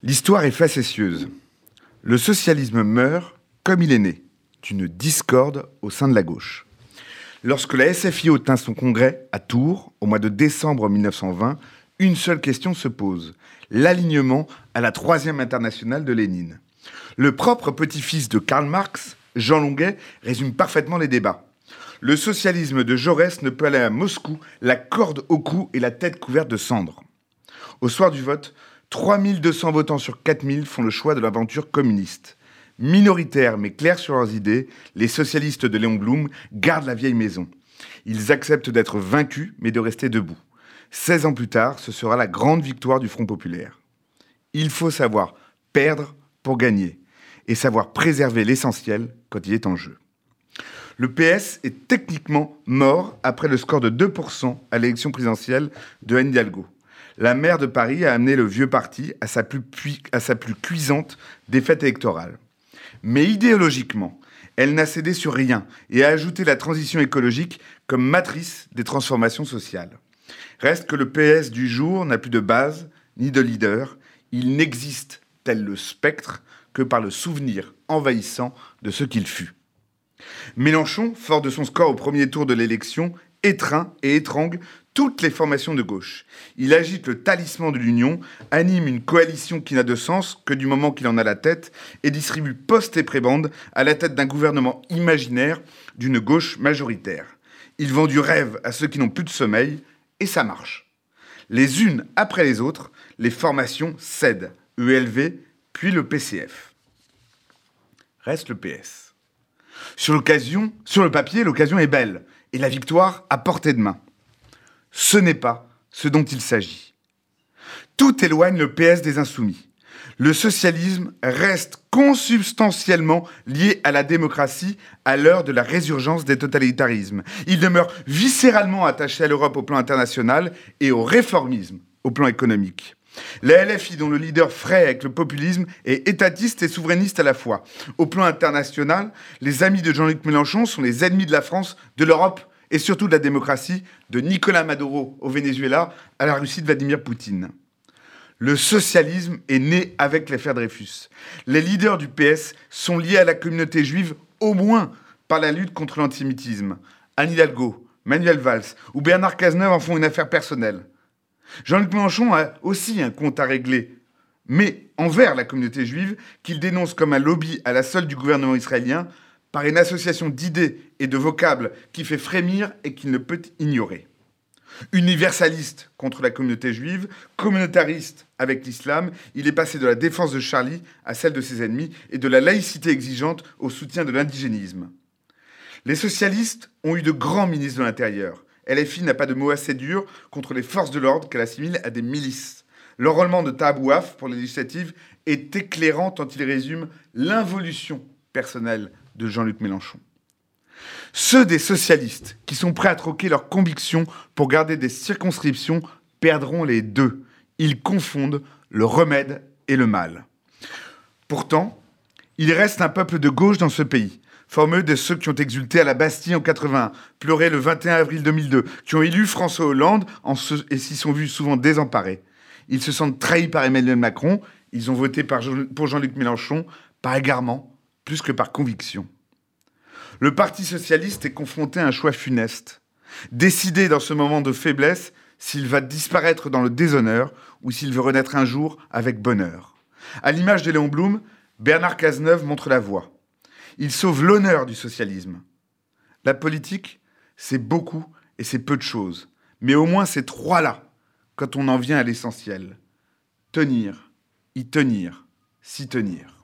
L'histoire est facétieuse. Le socialisme meurt comme il est né, d'une discorde au sein de la gauche. Lorsque la SFIO tint son congrès à Tours, au mois de décembre 1920, une seule question se pose, l'alignement à la Troisième Internationale de Lénine. Le propre petit-fils de Karl Marx, Jean Longuet, résume parfaitement les débats. Le socialisme de Jaurès ne peut aller à Moscou, la corde au cou et la tête couverte de cendres. Au soir du vote, 3200 votants sur 4000 font le choix de l'aventure communiste. Minoritaires mais clairs sur leurs idées, les socialistes de Léon Blum gardent la vieille maison. Ils acceptent d'être vaincus mais de rester debout. 16 ans plus tard, ce sera la grande victoire du Front populaire. Il faut savoir perdre pour gagner et savoir préserver l'essentiel quand il est en jeu. Le PS est techniquement mort après le score de 2% à l'élection présidentielle de Anne Hidalgo. La maire de Paris a amené le vieux parti à sa plus cuisante défaite électorale. Mais idéologiquement, elle n'a cédé sur rien et a ajouté la transition écologique comme matrice des transformations sociales. Reste que le PS du jour n'a plus de base ni de leader. Il n'existe, tel le spectre, que par le souvenir envahissant de ce qu'il fut. Mélenchon, fort de son score au premier tour de l'élection, étreint et étrangle toutes les formations de gauche. Il agite le talisman de l'union, anime une coalition qui n'a de sens que du moment qu'il en a la tête et distribue postes et prébendes à la tête d'un gouvernement imaginaire d'une gauche majoritaire. Il vend du rêve à ceux qui n'ont plus de sommeil et ça marche. Les unes après les autres, les formations cèdent, ELV puis le PCF. Reste le PS. Sur le papier, l'occasion est belle et la victoire à portée de main. Ce n'est pas ce dont il s'agit. Tout éloigne le PS des insoumis. Le socialisme reste consubstantiellement lié à la démocratie à l'heure de la résurgence des totalitarismes. Il demeure viscéralement attaché à l'Europe au plan international et au réformisme au plan économique. La LFI, dont le leader fraye avec le populisme, est étatiste et souverainiste à la fois. Au plan international, les amis de Jean-Luc Mélenchon sont les ennemis de la France, de l'Europe et surtout de la démocratie, de Nicolás Maduro au Venezuela à la Russie de Vladimir Poutine. Le socialisme est né avec l'affaire Dreyfus. Les leaders du PS sont liés à la communauté juive au moins par la lutte contre l'antisémitisme. Anne Hidalgo, Manuel Valls ou Bernard Cazeneuve en font une affaire personnelle. Jean-Luc Mélenchon a aussi un compte à régler, mais envers la communauté juive qu'il dénonce comme un lobby à la solde du gouvernement israélien par une association d'idées et de vocables qui fait frémir et qu'il ne peut ignorer. Universaliste contre la communauté juive, communautariste avec l'islam, il est passé de la défense de Charlie à celle de ses ennemis et de la laïcité exigeante au soutien de l'indigénisme. Les socialistes ont eu de grands ministres de l'Intérieur. LFI n'a pas de mots assez durs contre les forces de l'ordre qu'elle assimile à des milices. L'enrôlement de Tahabouaf pour les législatives est éclairant tant il résume l'involution personnelle de Jean-Luc Mélenchon. Ceux des socialistes qui sont prêts à troquer leurs convictions pour garder des circonscriptions perdront les deux. Ils confondent le remède et le mal. Pourtant, il reste un peuple de gauche dans ce pays, formé de ceux qui ont exulté à la Bastille en 81, pleuré le 21 avril 2002, qui ont élu François Hollande et s'y sont vus souvent désemparés. Ils se sentent trahis par Emmanuel Macron, ils ont voté pour Jean-Luc Mélenchon par égarement, plus que par conviction. Le Parti socialiste est confronté à un choix funeste. Décider dans ce moment de faiblesse s'il va disparaître dans le déshonneur ou s'il veut renaître un jour avec bonheur. À l'image de Léon Blum, Bernard Cazeneuve montre la voie. Il sauve l'honneur du socialisme. La politique, c'est beaucoup et c'est peu de choses. Mais au moins ces trois-là, quand on en vient à l'essentiel. Tenir, y tenir, s'y tenir.